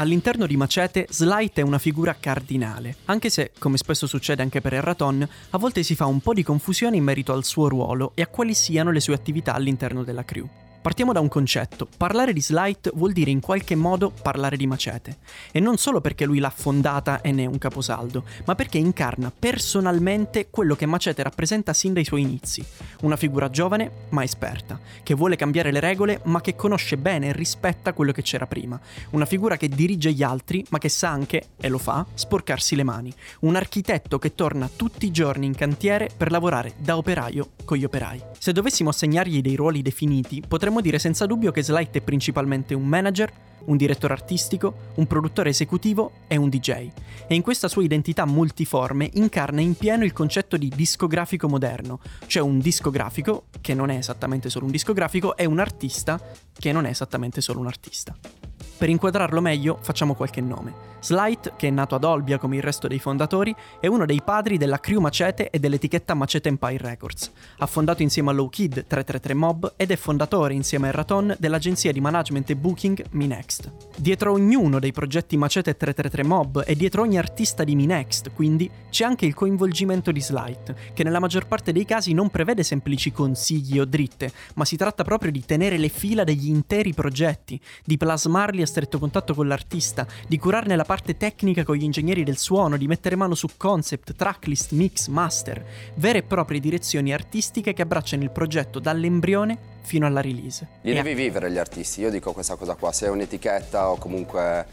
All'interno di Machete, Slight è una figura cardinale, anche se, come spesso succede anche per Erraton, a volte si fa un po' di confusione in merito al suo ruolo e a quali siano le sue attività all'interno della crew. Partiamo da un concetto: parlare di Slight vuol dire in qualche modo parlare di Machete, e non solo perché lui l'ha fondata e ne è un caposaldo, ma perché incarna personalmente quello che Machete rappresenta sin dai suoi inizi, una figura giovane ma esperta, che vuole cambiare le regole ma che conosce bene e rispetta quello che c'era prima, una figura che dirige gli altri ma che sa anche, e lo fa, sporcarsi le mani, un architetto che torna tutti i giorni in cantiere per lavorare da operaio con gli operai. Se dovessimo assegnargli dei ruoli definiti, potremmo dire senza dubbio che Slight è principalmente un manager, un direttore artistico, un produttore esecutivo e un DJ. E in questa sua identità multiforme incarna in pieno il concetto di discografico moderno, cioè un discografico, che non è esattamente solo un discografico, è un artista, che non è esattamente solo un artista. Per inquadrarlo meglio, facciamo qualche nome. Slight, che è nato ad Olbia come il resto dei fondatori, è uno dei padri della crew Machete e dell'etichetta Machete Empire Records. Ha fondato insieme a Low Kid 333 Mob ed è fondatore insieme a Erraton dell'agenzia di management e booking MeNext. Dietro ognuno dei progetti Machete 333 Mob e dietro ogni artista di MeNext, quindi, c'è anche il coinvolgimento di Slight, che nella maggior parte dei casi non prevede semplici consigli o dritte, ma si tratta proprio di tenere le fila degli interi progetti, di plasmarli a stretto contatto con l'artista, di curarne la parte tecnica con gli ingegneri del suono, di mettere mano su concept, tracklist, mix, master, vere e proprie direzioni artistiche che abbracciano il progetto dall'embrione fino alla release. Li devi vivere gli artisti, io dico questa cosa qua, se è un'etichetta o comunque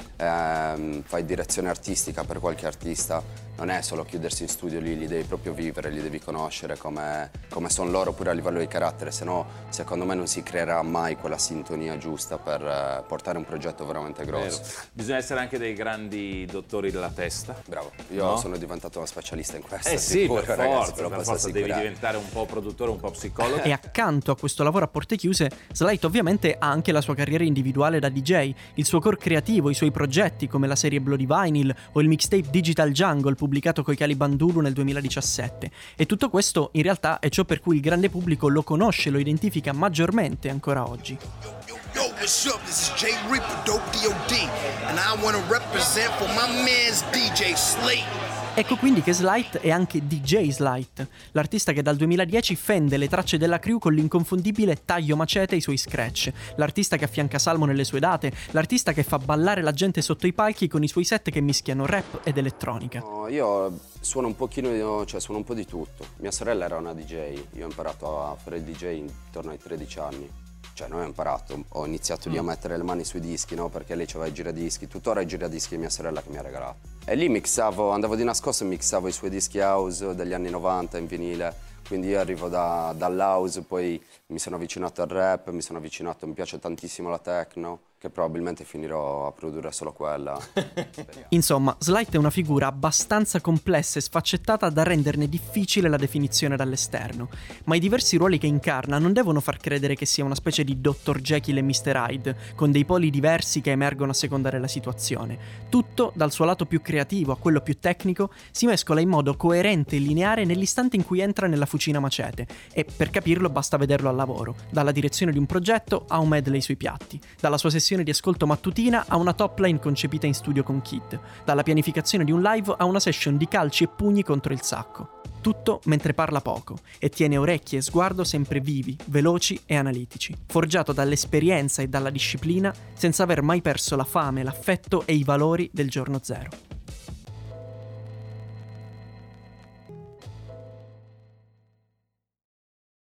fai direzione artistica per qualche artista, non è solo chiudersi in studio lì, li devi proprio vivere, li devi conoscere come sono loro pure a livello di carattere, se no secondo me non si creerà mai quella sintonia giusta per portare un progetto veramente grosso. Vero. Bisogna essere anche dei grandi dottori della testa. Bravo, io sono diventato uno specialista in questo. Sì, sicuro, per ragazzi, forza devi diventare un po' produttore, un po' psicologo. E accanto a questo lavoro a porte chiuse, Slight ovviamente ha anche la sua carriera individuale da DJ, il suo core creativo, i suoi progetti come la serie Bloody Vinyl o il mixtape Digital Jungle pubblicato coi Caliban Dulu nel 2017. E tutto questo in realtà è ciò per cui il grande pubblico lo conosce e lo identifica maggiormente ancora oggi. Yo, what's up? This is Jay Reaper, Dope D.O.D. and I wanna represent for my man's DJ Slate. Ecco quindi che Slight è anche DJ Slight, l'artista che dal 2010 fende le tracce della crew con l'inconfondibile taglio Machete e i suoi scratch, l'artista che affianca Salmo nelle sue date, l'artista che fa ballare la gente sotto i palchi con i suoi set che mischiano rap ed elettronica. No, io suono un pochino, cioè suono un po' di tutto. Mia sorella era una DJ, io ho imparato a fare il DJ intorno ai 13 anni. Cioè non ho imparato, ho iniziato lì a mettere le mani sui dischi, no? Perché lei aveva i giradischi, tuttora i giradischi di mia sorella che mi ha regalato. E lì andavo di nascosto e mixavo i suoi dischi house degli anni 90 in vinile. Quindi io arrivo dall'house, poi mi sono avvicinato al rap, mi piace tantissimo la techno, che probabilmente finirò a produrre solo quella. Insomma, Slight è una figura abbastanza complessa e sfaccettata da renderne difficile la definizione dall'esterno, ma i diversi ruoli che incarna non devono far credere che sia una specie di Dr. Jekyll e Mr. Hyde, con dei poli diversi che emergono a seconda della situazione. Tutto, dal suo lato più creativo a quello più tecnico, si mescola in modo coerente e lineare nell'istante in cui entra nella fucina Machete, e per capirlo basta vederlo al lavoro, dalla direzione di un progetto a un medley sui piatti, dalla sua sessione di ascolto mattutina a una top line concepita in studio con Kid, dalla pianificazione di un live a una session di calci e pugni contro il sacco. Tutto mentre parla poco e tiene orecchie e sguardo sempre vivi, veloci e analitici, forgiato dall'esperienza e dalla disciplina senza aver mai perso la fame, l'affetto e i valori del giorno zero.